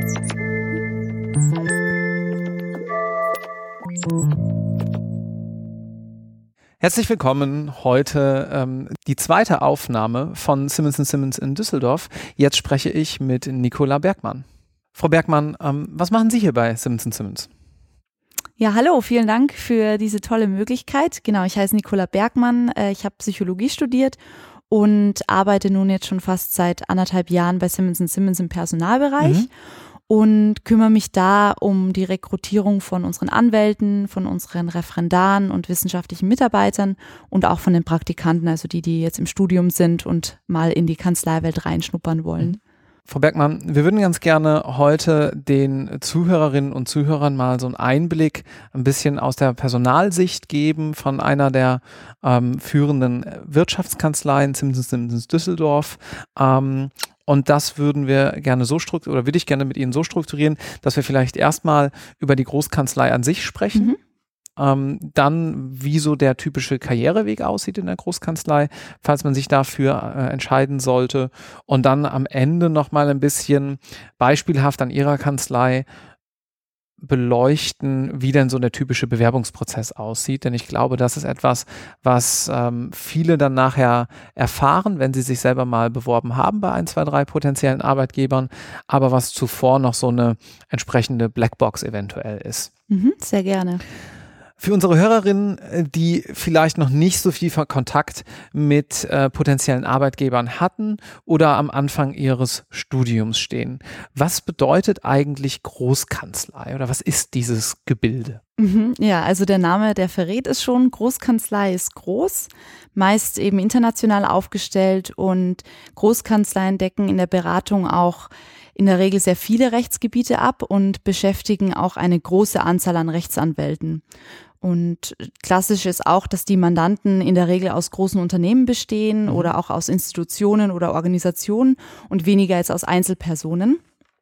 Herzlich willkommen. Heute die zweite Aufnahme von Simmons & Simmons in Düsseldorf. Jetzt spreche ich mit Nicola Bergmann. Frau Bergmann, was machen Sie hier bei Simmons & Simmons? Ja, hallo, vielen Dank für diese tolle Möglichkeit. Genau, ich heiße Nicola Bergmann, ich habe Psychologie studiert und arbeite nun jetzt schon fast seit 1,5 Jahren bei Simmons & Simmons im Personalbereich. Und kümmere mich da um die Rekrutierung von unseren Anwälten, von unseren Referendaren und wissenschaftlichen Mitarbeitern und auch von den Praktikanten, also die jetzt im Studium sind und mal in die Kanzleiwelt reinschnuppern wollen. Frau Bergmann, wir würden ganz gerne heute den Zuhörerinnen und Zuhörern mal so einen Einblick ein bisschen aus der Personalsicht geben von einer der führenden Wirtschaftskanzleien, Simmons & Simmons Düsseldorf. Und das würden wir gerne würde ich gerne mit Ihnen so strukturieren, dass wir vielleicht erstmal über die Großkanzlei an sich sprechen. Dann, wie so der typische Karriereweg aussieht in der Großkanzlei, falls man sich dafür entscheiden sollte. Und dann am Ende nochmal ein bisschen beispielhaft an Ihrer Kanzlei beleuchten, wie denn so der typische Bewerbungsprozess aussieht. Denn ich glaube, das ist etwas, was viele dann nachher erfahren, wenn sie sich selber mal beworben haben bei 1, 2, 3 potenziellen Arbeitgebern, aber was zuvor noch so eine entsprechende Blackbox eventuell ist. Sehr gerne. Für unsere Hörerinnen, die vielleicht noch nicht so viel Kontakt mit potenziellen Arbeitgebern hatten oder am Anfang ihres Studiums stehen, was bedeutet eigentlich Großkanzlei oder was ist dieses Gebilde? Ja, also der Name, der verrät es schon. Großkanzlei ist groß, meist eben international aufgestellt und Großkanzleien decken in der Beratung auch in der Regel sehr viele Rechtsgebiete ab und beschäftigen auch eine große Anzahl an Rechtsanwälten. Und klassisch ist auch, dass die Mandanten in der Regel aus großen Unternehmen bestehen oder auch aus Institutionen oder Organisationen und weniger jetzt aus Einzelpersonen.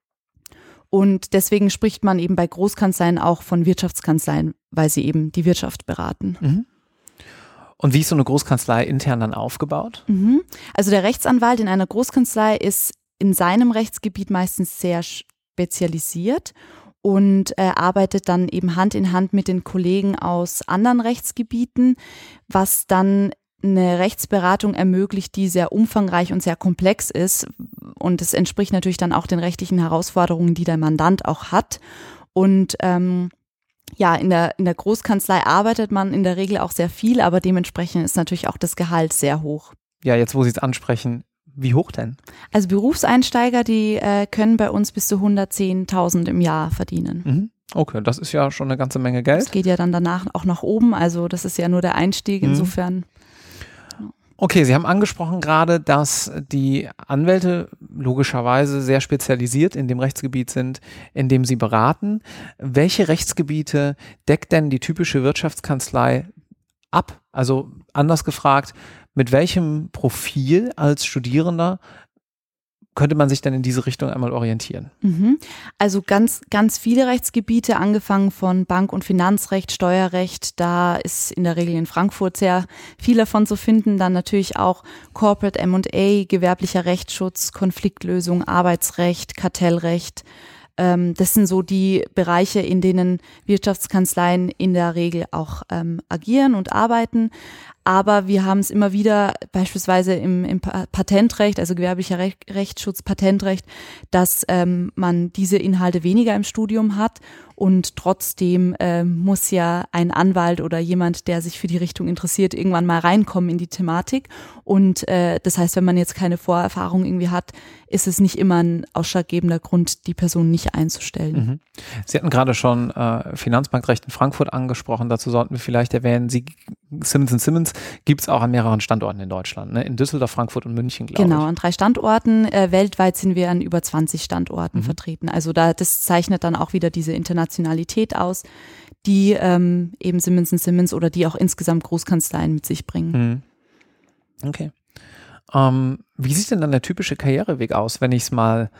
Und deswegen spricht man eben bei Großkanzleien auch von Wirtschaftskanzleien, weil sie eben die Wirtschaft beraten. Und wie ist so eine Großkanzlei intern dann aufgebaut? Also der Rechtsanwalt in einer Großkanzlei ist in seinem Rechtsgebiet meistens sehr spezialisiert und arbeitet dann eben Hand in Hand mit den Kollegen aus anderen Rechtsgebieten, was dann eine Rechtsberatung ermöglicht, die sehr umfangreich und sehr komplex ist. Und es entspricht natürlich dann auch den rechtlichen Herausforderungen, die der Mandant auch hat. Und in der Großkanzlei arbeitet man in der Regel auch sehr viel, aber dementsprechend ist natürlich auch das Gehalt sehr hoch. Ja, jetzt wo Sie es ansprechen, wie hoch denn? Also Berufseinsteiger, die können bei uns bis zu 110.000 im Jahr verdienen. Okay, das ist ja schon eine ganze Menge Geld. Das geht ja dann danach auch nach oben, also das ist ja nur der Einstieg, insofern. Okay, Sie haben angesprochen gerade, dass die Anwälte logischerweise sehr spezialisiert in dem Rechtsgebiet sind, in dem sie beraten. Welche Rechtsgebiete deckt denn die typische Wirtschaftskanzlei ab? Also anders gefragt, mit welchem Profil als Studierender könnte man sich denn in diese Richtung einmal orientieren? Also ganz, ganz viele Rechtsgebiete, angefangen von Bank- und Finanzrecht, Steuerrecht, da ist in der Regel in Frankfurt sehr viel davon zu finden. Dann natürlich auch Corporate M&A, gewerblicher Rechtsschutz, Konfliktlösung, Arbeitsrecht, Kartellrecht. Das sind so die Bereiche, in denen Wirtschaftskanzleien in der Regel auch agieren und arbeiten. Aber wir haben es immer wieder beispielsweise im Patentrecht, also gewerblicher Rechtsschutz, Patentrecht, dass man diese Inhalte weniger im Studium hat und trotzdem muss ja ein Anwalt oder jemand, der sich für die Richtung interessiert, irgendwann mal reinkommen in die Thematik. Und das heißt, wenn man jetzt keine Vorerfahrung irgendwie hat, ist es nicht immer ein ausschlaggebender Grund, die Person nicht einzustellen. Sie hatten gerade schon Finanzbankrecht in Frankfurt angesprochen. Dazu sollten wir vielleicht erwähnen, Simmons & Simmons gibt es auch an mehreren Standorten in Deutschland, ne? In Düsseldorf, Frankfurt und München, glaube ich. Genau, an 3 Standorten. Weltweit sind wir an über 20 Standorten vertreten. Also das zeichnet dann auch wieder diese Internationalität aus, die eben Simmons & Simmons oder die auch insgesamt Großkanzleien mit sich bringen. Okay. Wie sieht denn dann der typische Karriereweg aus, wenn ich es mal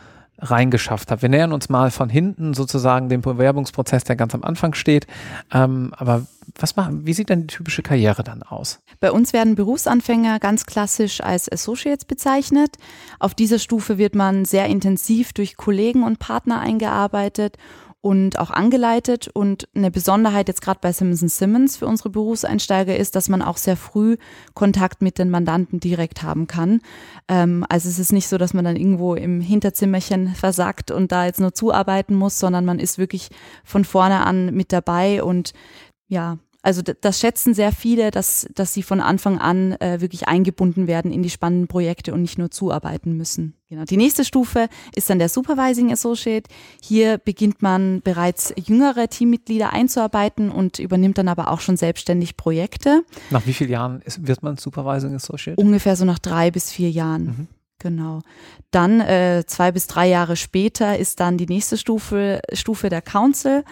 reingeschafft habt. Wir nähern uns mal von hinten sozusagen dem Bewerbungsprozess, der ganz am Anfang steht. Aber wie sieht denn die typische Karriere dann aus? Bei uns werden Berufsanfänger ganz klassisch als Associates bezeichnet. Auf dieser Stufe wird man sehr intensiv durch Kollegen und Partner eingearbeitet und auch angeleitet. Und eine Besonderheit jetzt gerade bei Simmons & Simmons für unsere Berufseinsteiger ist, dass man auch sehr früh Kontakt mit den Mandanten direkt haben kann. Also es ist nicht so, dass man dann irgendwo im Hinterzimmerchen versackt und da jetzt nur zuarbeiten muss, sondern man ist wirklich von vorne an mit dabei. Und ja, also das schätzen sehr viele, dass sie von Anfang an wirklich eingebunden werden in die spannenden Projekte und nicht nur zuarbeiten müssen. Genau. Die nächste Stufe ist dann der Supervising Associate. Hier beginnt man bereits jüngere Teammitglieder einzuarbeiten und übernimmt dann aber auch schon selbstständig Projekte. Nach wie vielen Jahren wird man Supervising Associate? Ungefähr so nach 3 bis 4 Jahren. Mhm. Genau. Dann 2 bis 3 Jahre später ist dann die nächste Stufe der Counsel.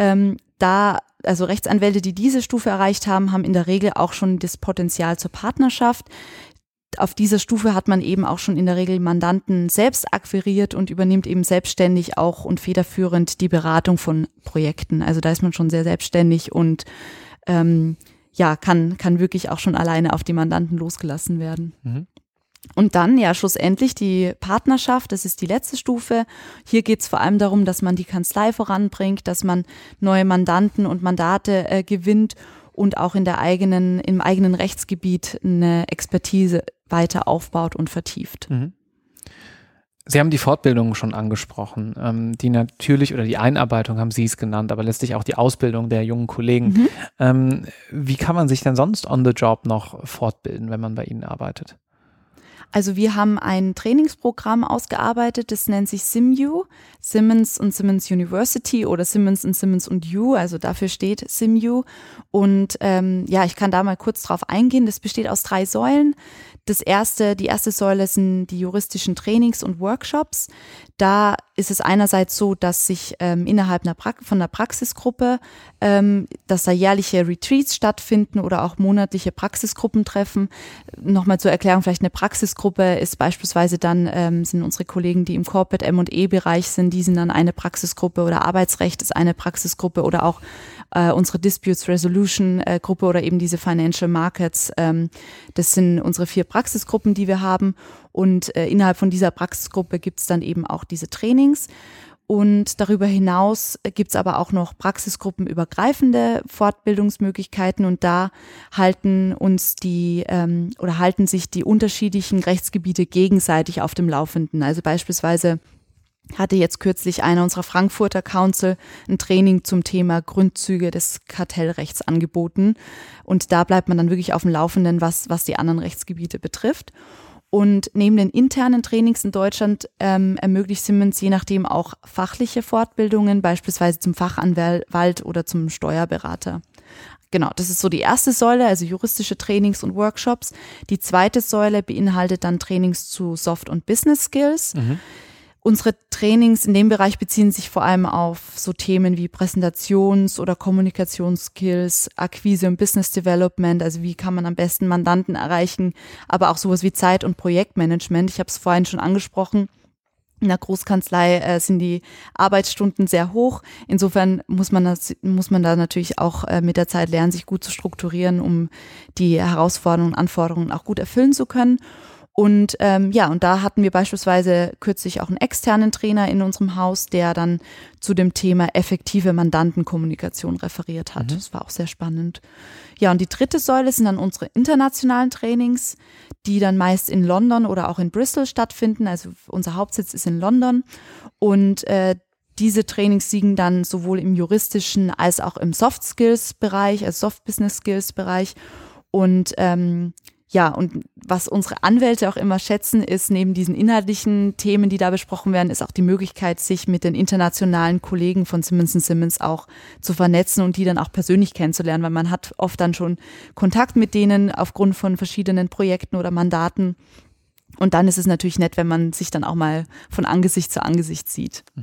Also Rechtsanwälte, die diese Stufe erreicht haben, haben in der Regel auch schon das Potenzial zur Partnerschaft. Auf dieser Stufe hat man eben auch schon in der Regel Mandanten selbst akquiriert und übernimmt eben selbstständig auch und federführend die Beratung von Projekten. Also da ist man schon sehr selbstständig und kann wirklich auch schon alleine auf die Mandanten losgelassen werden. Mhm. Und dann ja schlussendlich die Partnerschaft, das ist die letzte Stufe. Hier geht es vor allem darum, dass man die Kanzlei voranbringt, dass man neue Mandanten und Mandate gewinnt und auch im eigenen Rechtsgebiet eine Expertise weiter aufbaut und vertieft. Mhm. Sie haben die Fortbildung schon angesprochen, die natürlich, oder die Einarbeitung haben Sie es genannt, aber letztlich auch die Ausbildung der jungen Kollegen. Mhm. Wie kann man sich denn sonst on the job noch fortbilden, wenn man bei Ihnen arbeitet? Also wir haben ein Trainingsprogramm ausgearbeitet, das nennt sich SimU, Simmons & Simmons University oder Simmons & Simmons & U, also dafür steht SimU. Und ich kann da mal kurz drauf eingehen. Das besteht aus 3 Säulen. Die erste Säule sind die juristischen Trainings und Workshops. Da ist es einerseits so, dass sich innerhalb von einer Praxisgruppe, dass da jährliche Retreats stattfinden oder auch monatliche Praxisgruppentreffen. Nochmal zur Erklärung, vielleicht eine Praxisgruppe ist beispielsweise dann, sind unsere Kollegen, die im Corporate M&E-Bereich sind, die sind dann eine Praxisgruppe, oder Arbeitsrecht ist eine Praxisgruppe, oder auch unsere Disputes Resolution Gruppe oder eben diese Financial Markets. Das sind unsere 4 Praxisgruppen, die wir haben. Und innerhalb von dieser Praxisgruppe gibt es dann eben auch diese Trainings. Und darüber hinaus gibt es aber auch noch praxisgruppenübergreifende Fortbildungsmöglichkeiten, und da halten sich die unterschiedlichen Rechtsgebiete gegenseitig auf dem Laufenden. Also beispielsweise hatte jetzt kürzlich einer unserer Frankfurter Counsel ein Training zum Thema Grundzüge des Kartellrechts angeboten. Und da bleibt man dann wirklich auf dem Laufenden, was die anderen Rechtsgebiete betrifft. Und neben den internen Trainings in Deutschland ermöglicht Simmons je nachdem auch fachliche Fortbildungen, beispielsweise zum Fachanwalt oder zum Steuerberater. Genau, das ist so die erste Säule, also juristische Trainings und Workshops. Die zweite Säule beinhaltet dann Trainings zu Soft- und Business Skills. Mhm. Unsere Trainings in dem Bereich beziehen sich vor allem auf so Themen wie Präsentations- oder Kommunikationsskills, Akquise und Business Development, also wie kann man am besten Mandanten erreichen, aber auch sowas wie Zeit- und Projektmanagement. Ich habe es vorhin schon angesprochen. In der Großkanzlei sind die Arbeitsstunden sehr hoch. Insofern muss man da natürlich auch mit der Zeit lernen, sich gut zu strukturieren, um die Herausforderungen und Anforderungen auch gut erfüllen zu können. Und und da hatten wir beispielsweise kürzlich auch einen externen Trainer in unserem Haus, der dann zu dem Thema effektive Mandantenkommunikation referiert hat. Das war auch sehr spannend. Ja, und die dritte Säule sind dann unsere internationalen Trainings, die dann meist in London oder auch in Bristol stattfinden. Also unser Hauptsitz ist in London. Und diese Trainings liegen dann sowohl im juristischen als auch im Soft-Skills-Bereich, also Soft-Business-Skills-Bereich. Und und was unsere Anwälte auch immer schätzen, ist neben diesen inhaltlichen Themen, die da besprochen werden, ist auch die Möglichkeit, sich mit den internationalen Kollegen von Simmons & Simmons auch zu vernetzen und die dann auch persönlich kennenzulernen, weil man hat oft dann schon Kontakt mit denen aufgrund von verschiedenen Projekten oder Mandaten. Und dann ist es natürlich nett, wenn man sich dann auch mal von Angesicht zu Angesicht sieht.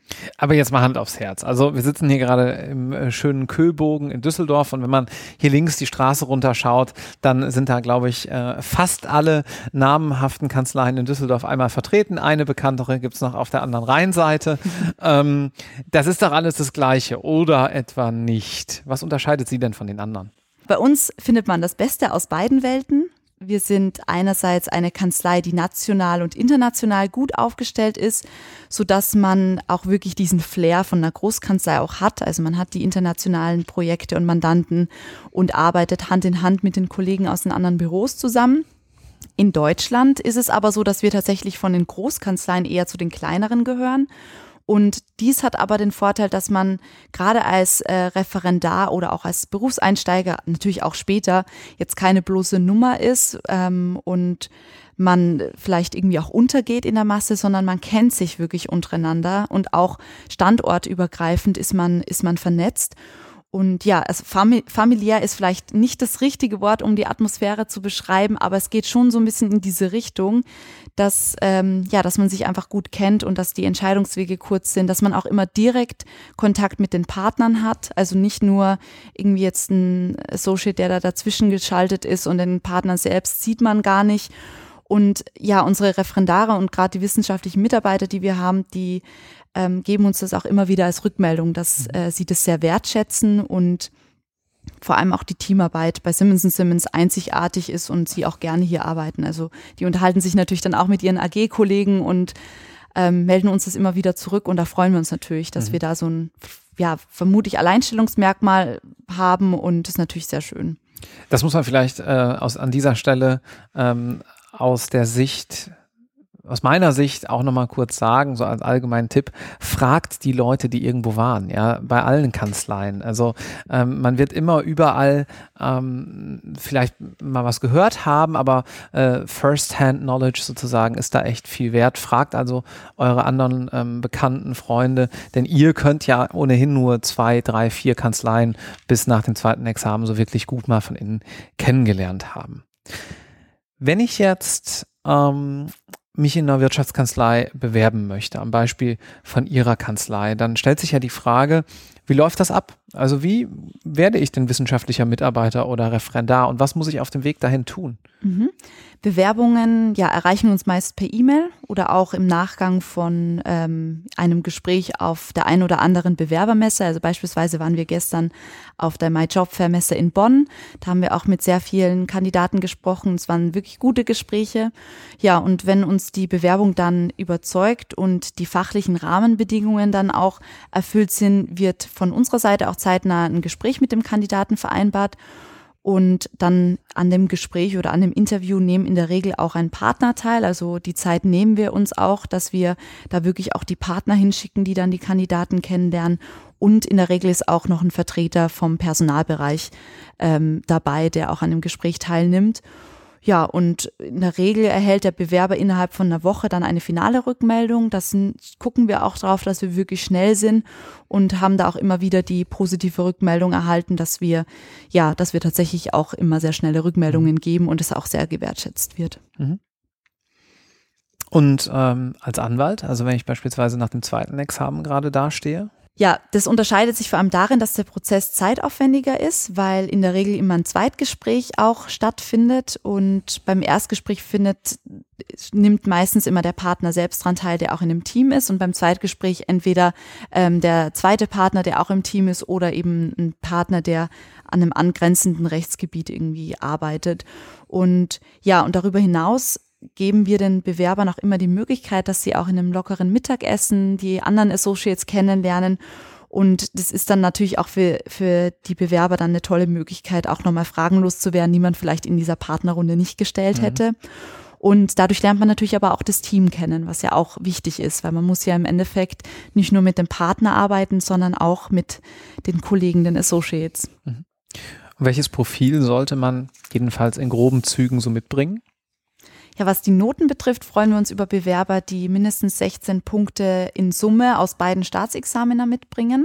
Aber jetzt mal Hand aufs Herz. Also wir sitzen hier gerade im schönen Köbogen in Düsseldorf und wenn man hier links die Straße runterschaut, dann sind da, glaube ich, fast alle namenhaften Kanzleien in Düsseldorf einmal vertreten. Eine bekanntere gibt es noch auf der anderen Rheinseite. Das ist doch alles das Gleiche oder etwa nicht? Was unterscheidet Sie denn von den anderen? Bei uns findet man das Beste aus beiden Welten. Wir sind einerseits eine Kanzlei, die national und international gut aufgestellt ist, sodass man auch wirklich diesen Flair von einer Großkanzlei auch hat. Also man hat die internationalen Projekte und Mandanten und arbeitet Hand in Hand mit den Kollegen aus den anderen Büros zusammen. In Deutschland ist es aber so, dass wir tatsächlich von den Großkanzleien eher zu den kleineren gehören. Und dies hat aber den Vorteil, dass man gerade als Referendar oder auch als Berufseinsteiger, natürlich auch später, jetzt keine bloße Nummer ist und man vielleicht irgendwie auch untergeht in der Masse, sondern man kennt sich wirklich untereinander und auch standortübergreifend ist man vernetzt. Und ja, also familiär ist vielleicht nicht das richtige Wort, um die Atmosphäre zu beschreiben, aber es geht schon so ein bisschen in diese Richtung, dass man sich einfach gut kennt und dass die Entscheidungswege kurz sind, dass man auch immer direkt Kontakt mit den Partnern hat, also nicht nur irgendwie jetzt ein Associate, der da dazwischen geschaltet ist und den Partner selbst sieht man gar nicht. Und ja, unsere Referendare und gerade die wissenschaftlichen Mitarbeiter, die wir haben, die geben uns das auch immer wieder als Rückmeldung, dass sie das sehr wertschätzen und vor allem auch die Teamarbeit bei Simmons & Simmons einzigartig ist und sie auch gerne hier arbeiten. Also die unterhalten sich natürlich dann auch mit ihren AG-Kollegen und melden uns das immer wieder zurück und da freuen wir uns natürlich, dass wir da so ein, ja, vermutlich Alleinstellungsmerkmal haben und das ist natürlich sehr schön. Das muss man vielleicht an dieser Stelle aus meiner Sicht auch nochmal kurz sagen, so als allgemeinen Tipp, fragt die Leute, die irgendwo waren, ja, bei allen Kanzleien. Also man wird immer überall vielleicht mal was gehört haben, aber First-Hand-Knowledge sozusagen ist da echt viel wert. Fragt also eure anderen Bekannten, Freunde, denn ihr könnt ja ohnehin nur 2, 3, 4 Kanzleien bis nach dem zweiten Examen so wirklich gut mal von innen kennengelernt haben. Wenn ich jetzt mich in einer Wirtschaftskanzlei bewerben möchte, am Beispiel von Ihrer Kanzlei, dann stellt sich ja die Frage, wie läuft das ab? Also wie werde ich denn wissenschaftlicher Mitarbeiter oder Referendar und was muss ich auf dem Weg dahin tun? Bewerbungen erreichen uns meist per E-Mail oder auch im Nachgang von einem Gespräch auf der einen oder anderen Bewerbermesse. Also beispielsweise waren wir gestern auf der MyJobFair-Messe in Bonn. Da haben wir auch mit sehr vielen Kandidaten gesprochen. Es waren wirklich gute Gespräche. Ja, und wenn uns die Bewerbung dann überzeugt und die fachlichen Rahmenbedingungen dann auch erfüllt sind, wird von unserer Seite auch zeitnah ein Gespräch mit dem Kandidaten vereinbart. Und dann an dem Gespräch oder an dem Interview nehmen in der Regel auch ein Partner teil. Also die Zeit nehmen wir uns auch, dass wir da wirklich auch die Partner hinschicken, die dann die Kandidaten kennenlernen. Und in der Regel ist auch noch ein Vertreter vom Personalbereich dabei, der auch an dem Gespräch teilnimmt. Ja, und in der Regel erhält der Bewerber innerhalb von einer Woche dann eine finale Rückmeldung. Das gucken wir auch drauf, dass wir wirklich schnell sind und haben da auch immer wieder die positive Rückmeldung erhalten, dass wir tatsächlich auch immer sehr schnelle Rückmeldungen geben und es auch sehr gewertschätzt wird. Und als Anwalt, also wenn ich beispielsweise nach dem zweiten Examen gerade dastehe? Ja, das unterscheidet sich vor allem darin, dass der Prozess zeitaufwendiger ist, weil in der Regel immer ein Zweitgespräch auch stattfindet und beim Erstgespräch nimmt meistens immer der Partner selbst dran teil, der auch in einem Team ist und beim Zweitgespräch entweder der zweite Partner, der auch im Team ist oder eben ein Partner, der an einem angrenzenden Rechtsgebiet irgendwie arbeitet. Und ja, und darüber hinaus geben wir den Bewerbern auch immer die Möglichkeit, dass sie auch in einem lockeren Mittagessen die anderen Associates kennenlernen. Und das ist dann natürlich auch für die Bewerber dann eine tolle Möglichkeit, auch nochmal Fragen loszuwerden, die man vielleicht in dieser Partnerrunde nicht gestellt hätte. Und dadurch lernt man natürlich aber auch das Team kennen, was ja auch wichtig ist, weil man muss ja im Endeffekt nicht nur mit dem Partner arbeiten, sondern auch mit den Kollegen, den Associates. Und welches Profil sollte man jedenfalls in groben Zügen so mitbringen? Ja, was die Noten betrifft, freuen wir uns über Bewerber, die mindestens 16 Punkte in Summe aus beiden Staatsexamina mitbringen.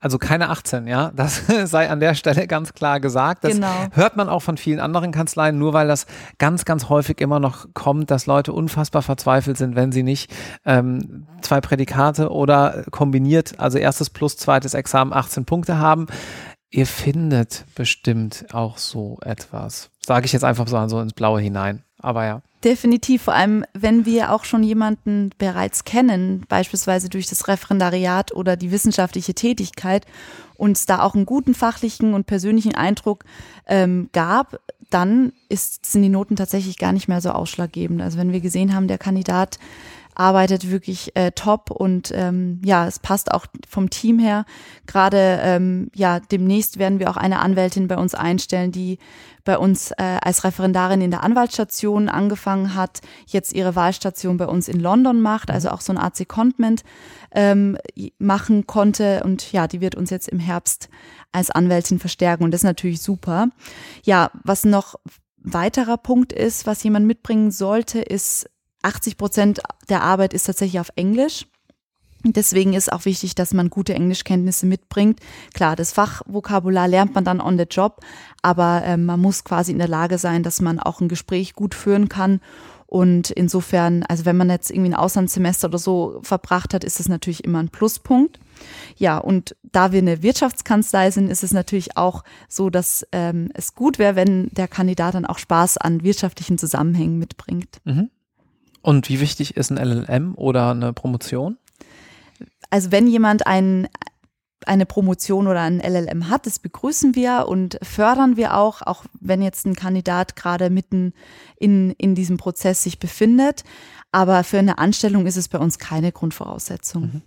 Also keine 18, ja, das sei an der Stelle ganz klar gesagt. Das hört man auch von vielen anderen Kanzleien, nur weil das ganz, ganz häufig immer noch kommt, dass Leute unfassbar verzweifelt sind, wenn sie nicht 2 Prädikate oder kombiniert, also erstes plus zweites Examen 18 Punkte haben. Ihr findet bestimmt auch so etwas. Sage ich jetzt einfach so ins Blaue hinein, aber ja. Definitiv, vor allem wenn wir auch schon jemanden bereits kennen, beispielsweise durch das Referendariat oder die wissenschaftliche Tätigkeit, uns da auch einen guten fachlichen und persönlichen Eindruck gab, dann sind die Noten tatsächlich gar nicht mehr so ausschlaggebend. Also wenn wir gesehen haben, der Kandidat arbeitet wirklich top und es passt auch vom Team her. Gerade demnächst werden wir auch eine Anwältin bei uns einstellen, die bei uns als Referendarin in der Anwaltsstation angefangen hat, jetzt ihre Wahlstation bei uns in London macht, also auch so ein Art Secondment machen konnte und ja, die wird uns jetzt im Herbst als Anwältin verstärken und das ist natürlich super. Ja, was noch weiterer Punkt ist, was jemand mitbringen sollte, ist 80% der Arbeit ist tatsächlich auf Englisch. Deswegen ist auch wichtig, dass man gute Englischkenntnisse mitbringt. Klar, das Fachvokabular lernt man dann on the job, aber man muss quasi in der Lage sein, dass man auch ein Gespräch gut führen kann. Und insofern, also wenn man jetzt irgendwie ein Auslandssemester oder so verbracht hat, ist das natürlich immer ein Pluspunkt. Ja, und da wir eine Wirtschaftskanzlei sind, ist es natürlich auch so, dass es gut wäre, wenn der Kandidat dann auch Spaß an wirtschaftlichen Zusammenhängen mitbringt. Mhm. Und wie wichtig ist ein LLM oder eine Promotion? Also wenn jemand eine Promotion oder ein LLM hat, das begrüßen wir und fördern wir auch wenn jetzt ein Kandidat gerade mitten in diesem Prozess sich befindet. Aber für eine Anstellung ist es bei uns keine Grundvoraussetzung. Mhm.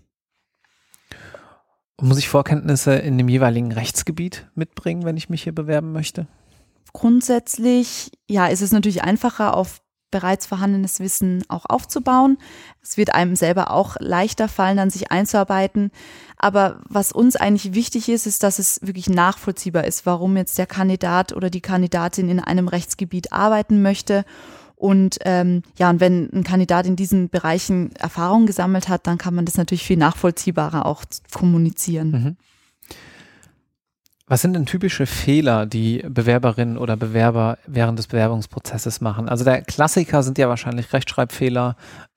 Muss ich Vorkenntnisse in dem jeweiligen Rechtsgebiet mitbringen, wenn ich mich hier bewerben möchte? Grundsätzlich, ja, ist es natürlich einfacher, auf bereits vorhandenes Wissen auch aufzubauen. Es wird einem selber auch leichter fallen, dann sich einzuarbeiten. Aber was uns eigentlich wichtig ist, ist, dass es wirklich nachvollziehbar ist, warum jetzt der Kandidat oder die Kandidatin in einem Rechtsgebiet arbeiten möchte. Und und wenn ein Kandidat in diesen Bereichen Erfahrung gesammelt hat, dann kann man das natürlich viel nachvollziehbarer auch kommunizieren. Mhm. Was sind denn typische Fehler, die Bewerberinnen oder Bewerber während des Bewerbungsprozesses machen? Also der Klassiker sind ja wahrscheinlich Rechtschreibfehler,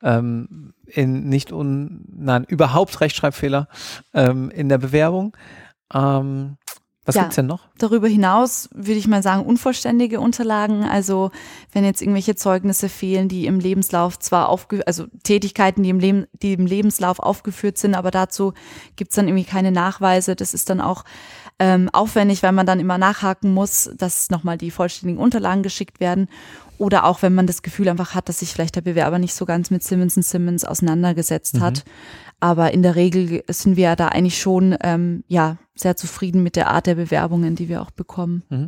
überhaupt Rechtschreibfehler in der Bewerbung. Was gibt's denn noch? Darüber hinaus würde ich mal sagen, unvollständige Unterlagen. Also wenn jetzt irgendwelche Zeugnisse fehlen, die im Lebenslauf Tätigkeiten, die im Lebenslauf aufgeführt sind, aber dazu gibt's dann irgendwie keine Nachweise. Das ist dann auch aufwendig, weil man dann immer nachhaken muss, dass nochmal die vollständigen Unterlagen geschickt werden. Oder auch, wenn man das Gefühl einfach hat, dass sich vielleicht der Bewerber nicht so ganz mit Simmons & Simmons auseinandergesetzt hat. Aber in der Regel sind wir da eigentlich schon sehr zufrieden mit der Art der Bewerbungen, die wir auch bekommen. Mhm.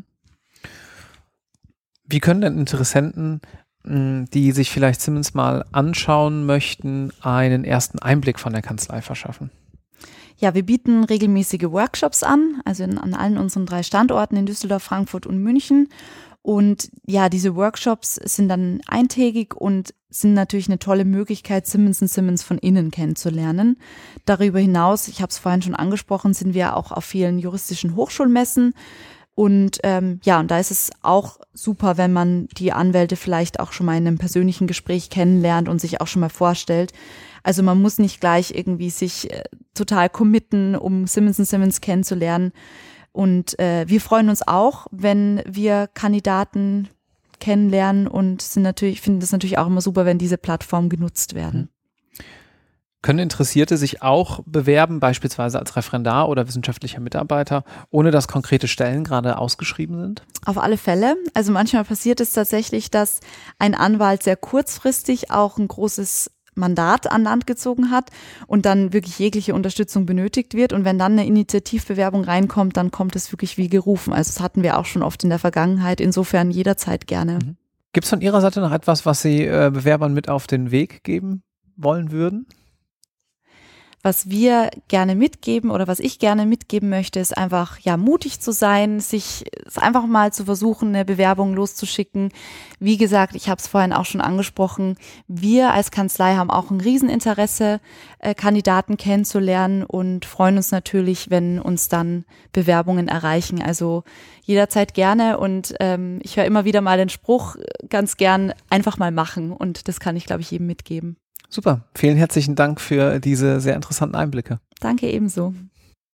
Wie können denn Interessenten, die sich vielleicht Simmons mal anschauen möchten, einen ersten Einblick von der Kanzlei verschaffen? Ja, wir bieten regelmäßige Workshops an, also an allen unseren 3 Standorten in Düsseldorf, Frankfurt und München. Und ja, diese Workshops sind dann eintägig und sind natürlich eine tolle Möglichkeit, Simmons & Simmons von innen kennenzulernen. Darüber hinaus, ich habe es vorhin schon angesprochen, sind wir auch auf vielen juristischen Hochschulmessen. Und und da ist es auch super, wenn man die Anwälte vielleicht auch schon mal in einem persönlichen Gespräch kennenlernt und sich auch schon mal vorstellt. Also man muss nicht gleich irgendwie sich total committen, um Simmons & Simmons kennenzulernen. Und wir freuen uns auch, wenn wir Kandidaten kennenlernen und finden das natürlich auch immer super, wenn diese Plattformen genutzt werden. Können Interessierte sich auch bewerben, beispielsweise als Referendar oder wissenschaftlicher Mitarbeiter, ohne dass konkrete Stellen gerade ausgeschrieben sind? Auf alle Fälle. Also manchmal passiert es tatsächlich, dass ein Anwalt sehr kurzfristig auch ein großes Mandat an Land gezogen hat und dann wirklich jegliche Unterstützung benötigt wird. Und wenn dann eine Initiativbewerbung reinkommt, dann kommt es wirklich wie gerufen. Also das hatten wir auch schon oft in der Vergangenheit. Insofern jederzeit gerne. Gibt es von Ihrer Seite noch etwas, was Sie Bewerbern mit auf den Weg geben wollen würden? was wir gerne mitgeben oder was ich gerne mitgeben möchte, ist einfach mutig zu sein, sich einfach mal zu versuchen, eine Bewerbung loszuschicken. Wie gesagt, ich habe es vorhin auch schon angesprochen, wir als Kanzlei haben auch ein Rieseninteresse, Kandidaten kennenzulernen und freuen uns natürlich, wenn uns dann Bewerbungen erreichen. Also jederzeit gerne und ich höre immer wieder mal den Spruch, ganz gern einfach mal machen und das kann ich, glaube ich, jedem mitgeben. Super, vielen herzlichen Dank für diese sehr interessanten Einblicke. Danke ebenso.